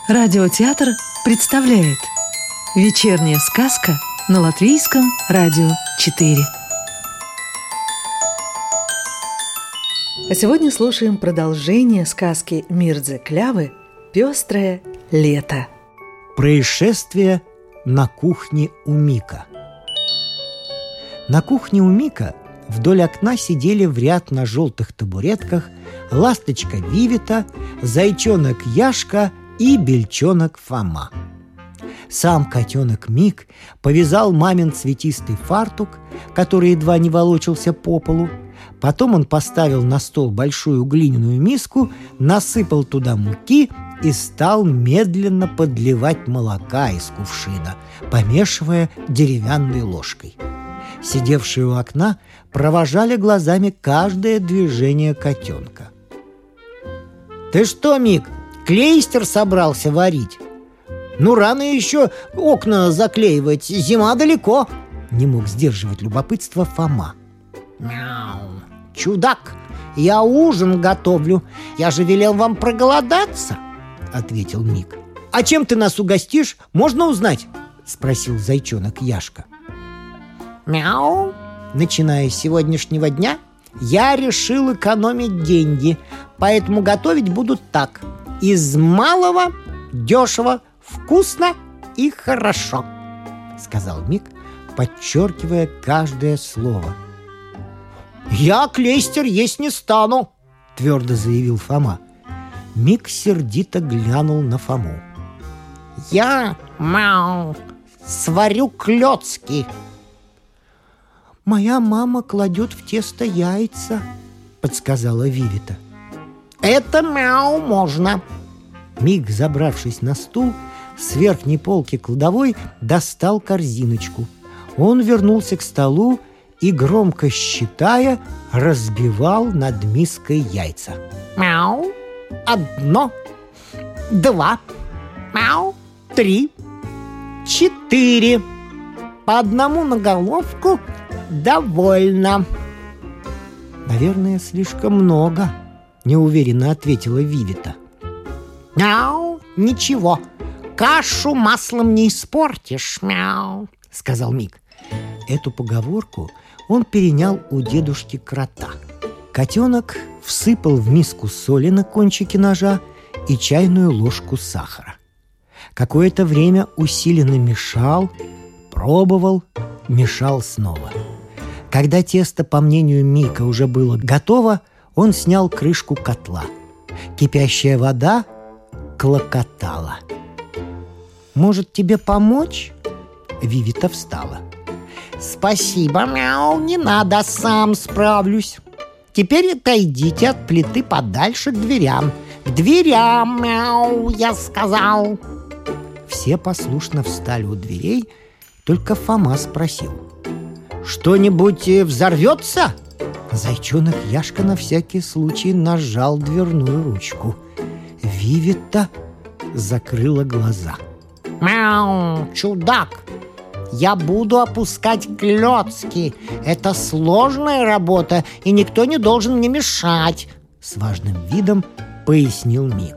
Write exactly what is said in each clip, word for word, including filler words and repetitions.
Радиотеатр представляет «Вечерняя сказка» на Латвийском радио четыре. А сегодня слушаем продолжение сказки Мирдзе Клявы «Пестрое лето». Происшествие на кухне у Мика. На кухне у Мика вдоль окна сидели в ряд на желтых табуретках ласточка Вивита, зайчонок Яшка и бельчонок Фома. Сам котенок Мик повязал мамин цветистый фартук, который едва не волочился по полу. Потом он поставил на стол большую глиняную миску, насыпал туда муки и стал медленно подливать молока из кувшина, помешивая деревянной ложкой. Сидевшие у окна провожали глазами каждое движение котенка. «Ты что, Мик, клейстер собрался варить? Ну, рано еще окна заклеивать, зима далеко!» Не мог сдерживать любопытство Фома. «Мяу! Чудак, я ужин готовлю. Я же велел вам проголодаться!» — ответил Мик. «А чем ты нас угостишь, можно узнать?» — спросил зайчонок Яшка. «Мяу! Начиная с сегодняшнего дня я решил экономить деньги, поэтому готовить буду так: из малого, дешево, вкусно и хорошо», — сказал Мик, подчеркивая каждое слово. «Я клейстер есть не стану», — твердо заявил Фома. Мик сердито глянул на Фому. «Я, мяу, сварю клёцки». «Моя мама кладет в тесто яйца», — подсказала Вивита. «Это, мяу, можно». Мик, забравшись на стул, с верхней полки кладовой достал корзиночку. Он вернулся к столу и, громко считая, разбивал над миской яйца. «Мяу! Одно, два, мяу, три, четыре. По одному на головку довольно». «Наверное, слишком много», — неуверенно ответила Вивита. «Мяу, ничего, кашу маслом не испортишь, мяу», — сказал Мик. Эту поговорку он перенял у дедушки Крота. Котенок всыпал в миску соли на кончике ножа и чайную ложку сахара. Какое-то время усиленно мешал, пробовал, мешал снова. Когда тесто, по мнению Мика, уже было готово, он снял крышку котла. Кипящая вода клокотала. «Может, тебе помочь?» Вивита встала. «Спасибо, мяу, не надо, сам справлюсь. Теперь отойдите от плиты подальше к дверям. К дверям, мяу, я сказал». Все послушно встали у дверей, только Фома спросил: «Что-нибудь взорвется?» Зайчонок Яшка на всякий случай нажал дверную ручку. Вивита закрыла глаза. «Мяу, чудак! Я буду опускать клёцки. Это сложная работа, и никто не должен мне мешать», — с важным видом пояснил Мик.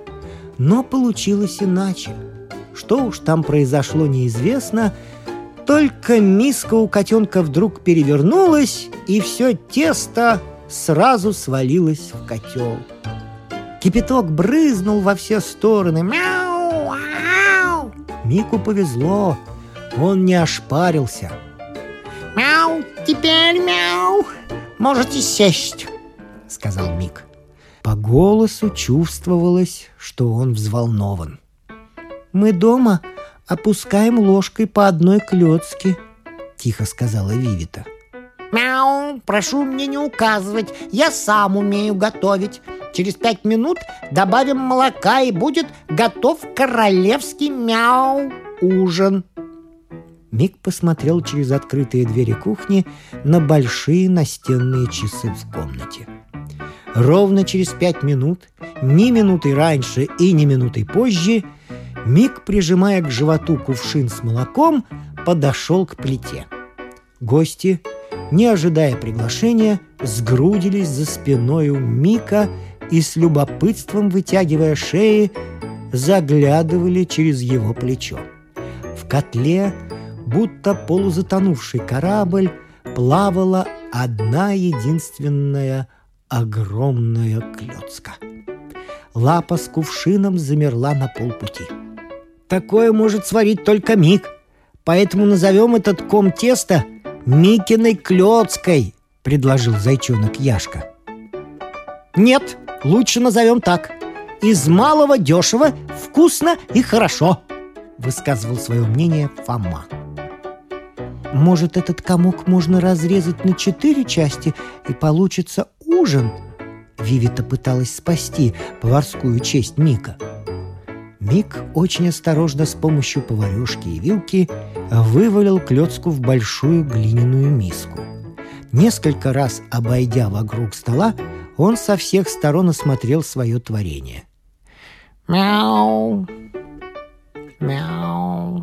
Но получилось иначе. Что уж там произошло, неизвестно. Только миска у котенка вдруг перевернулась, и все тесто сразу свалилось в котел. Кипяток брызнул во все стороны. «Мяу! Ау!» Мику повезло. Он не ошпарился. «Мяу! Теперь мяу! Можете сесть», — сказал Мик. По голосу чувствовалось, что он взволнован. «Мы дома опускаем ложкой по одной клёцке», — тихо сказала Вивита. «Мяу! Прошу мне не указывать. Я сам умею готовить. Через пять минут добавим молока, и будет готов королевский мяу ужин». Мик посмотрел через открытые двери кухни на большие настенные часы в комнате. Ровно через пять минут, ни минуты раньше и ни минуты позже, Мик, прижимая к животу кувшин с молоком, подошел к плите. Гости, не ожидая приглашения, сгрудились за спиной у Мика и, с любопытством вытягивая шеи, заглядывали через его плечо. В котле, будто полузатонувший корабль, плавала одна единственная огромная клёцка. Лапа с кувшином замерла на полпути. «Такое может сварить только Мик, поэтому назовем этот ком теста Микиной клёцкой», — предложил зайчонок Яшка. «Нет, лучше назовем так. Из малого дешево, вкусно и хорошо», — высказывал свое мнение Фома. «Может, этот комок можно разрезать на четыре части, и получится ужин?» Вивита пыталась спасти поварскую честь Мика. Мик очень осторожно с помощью поварешки и вилки вывалил клёцку в большую глиняную миску. Несколько раз обойдя вокруг стола, он со всех сторон осмотрел свое творение. «Мяу! Мяу!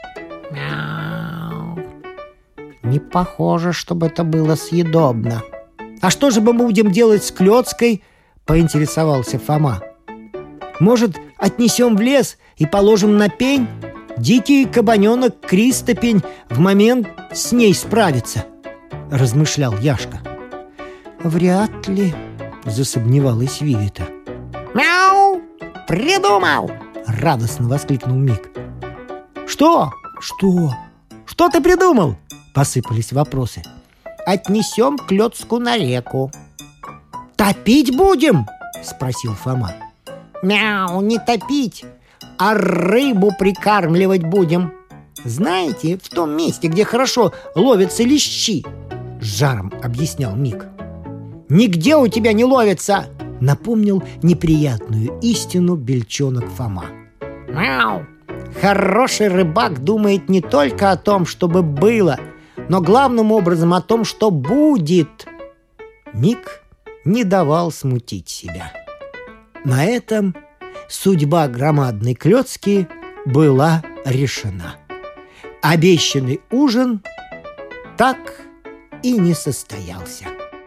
Мяу! Не похоже, чтобы это было съедобно. А что же мы будем делать с клёцкой?» — поинтересовался Фома. «Может, отнесем в лес и положим на пень? Дикий кабаненок Кристопень в момент с ней справится», — размышлял Яшка. «Вряд ли», — засомневалась Вивита. «Мяу! Придумал!» — радостно воскликнул Мик. «Что? Что? Что ты придумал?» — посыпались вопросы. «Отнесем клёцку на реку». «Топить будем?» — спросил Фома. «Мяу, не топить, а рыбу прикармливать будем. Знаете, в том месте, где хорошо ловятся лещи», — с жаром объяснял Мик. «Нигде у тебя не ловятся!» — напомнил неприятную истину бельчонок Фома. «Мяу! Хороший рыбак думает не только о том, чтобы было, но главным образом о том, что будет». Мик не давал смутить себя. На этом судьба громадной клёцки была решена. Обещанный ужин так и не состоялся.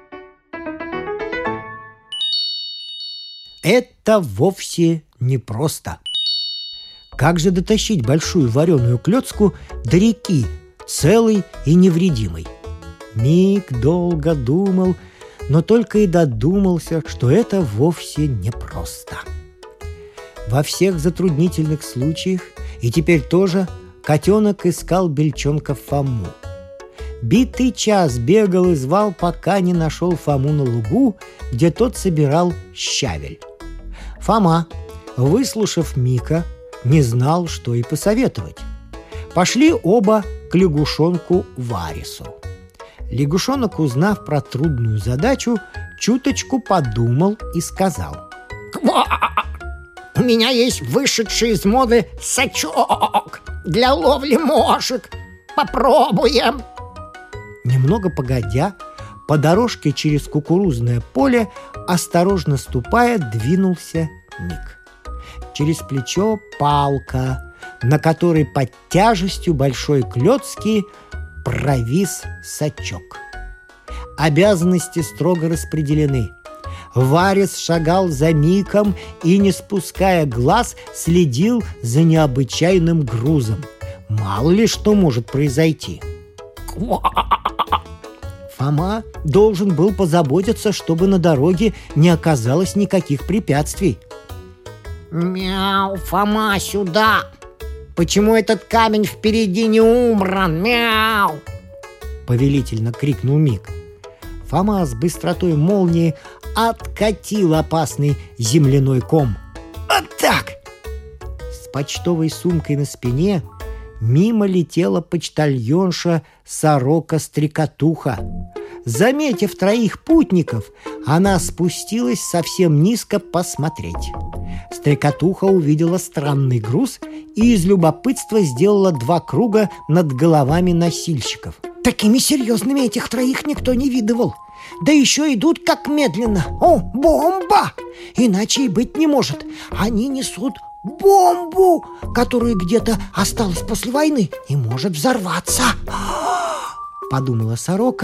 Это вовсе непросто. Как же дотащить большую вареную клёцку до реки, целой и невредимой? Мик долго думал, но только и додумался, что это вовсе непросто. Во всех затруднительных случаях, и теперь тоже, котенок искал бельчонка Фому. Битый час бегал и звал, пока не нашел Фому на лугу, где тот собирал щавель. Фома, выслушав Мика, не знал, что и посоветовать. Пошли оба к лягушонку Варису. Лягушонок, узнав про трудную задачу, чуточку подумал и сказал: «У меня есть вышедший из моды сачок для ловли мошек. Попробуем!» Немного погодя, по дорожке через кукурузное поле, осторожно ступая, двинулся Мик. Через плечо палка, на которой под тяжестью большой клёцки провис сачок. Обязанности строго распределены. Варис шагал за Миком и, не спуская глаз, следил за необычайным грузом. Мало ли что может произойти. Фома должен был позаботиться, чтобы на дороге не оказалось никаких препятствий. «Мяу, Фома, сюда! Почему этот камень впереди не убран? Мяу!» повелительно крикнул Мик. Фома с быстротой молнии откатил опасный земляной ком. «Вот так!» С почтовой сумкой на спине мимо летела почтальонша Сорока-Стрекотуха. Заметив троих путников, она спустилась совсем низко посмотреть. Стрекотуха увидела странный груз и из любопытства сделала два круга над головами носильщиков. Такими серьезными этих троих никто не видывал. Да еще идут как медленно. О, бомба! Иначе и быть не может. Они несут бомбу, которая где-то осталась после войны и может взорваться. Подумала Сорока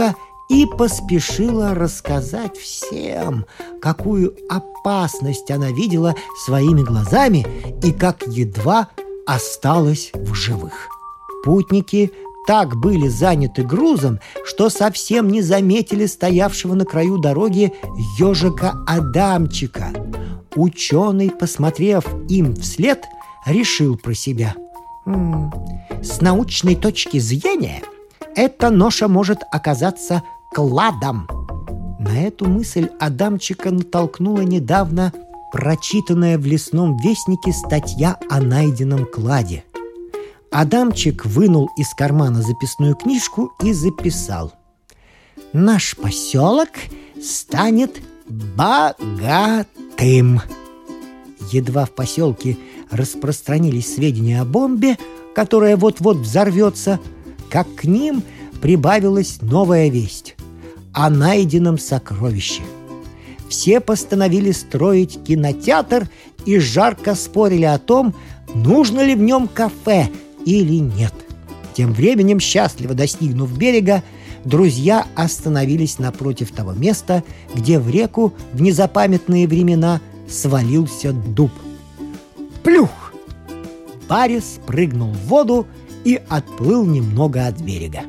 и поспешила рассказать всем, какую опасность она видела своими глазами и как едва осталась в живых. Путники так были заняты грузом, что совсем не заметили стоявшего на краю дороги ежика Адамчика. Ученый, посмотрев им вслед, решил про себя: «М-м, с научной точки зрения эта ноша может оказаться кладом». На эту мысль Адамчика натолкнула недавно прочитанная в лесном вестнике статья о найденном кладе. Адамчик вынул из кармана записную книжку и записал: «Наш поселок станет богатым». Едва в поселке распространились сведения о бомбе, которая вот-вот взорвется, как к ним прибавилась новая весть о найденном сокровище. Все постановили строить кинотеатр и жарко спорили о том, нужно ли в нем кафе или нет. Тем временем, счастливо достигнув берега, друзья остановились напротив того места, где в реку в незапамятные времена свалился дуб. Плюх! Барис прыгнул в воду и отплыл немного от берега.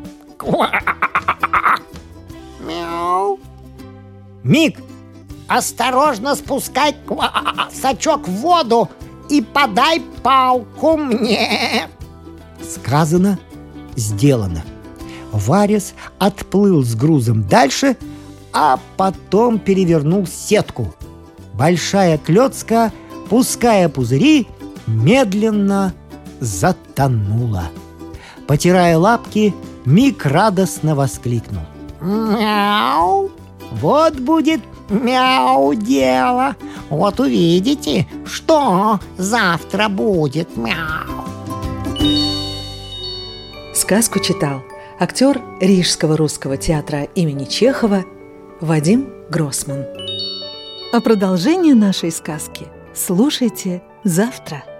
Мяу. Миг! Осторожно спускай сачок в воду и подай палку мне. Сказано, сделано. Варис отплыл с грузом дальше, а потом перевернул сетку. Большая клёцка, пуская пузыри, медленно затонула. Потирая лапки, Мик радостно воскликнул: Мяу. «Вот будет Мяу дело. Вот увидите, что завтра будет. Мяу». Сказку читал актер Рижского русского театра имени Чехова Вадим Гроссман. А продолжение нашей сказки слушайте завтра.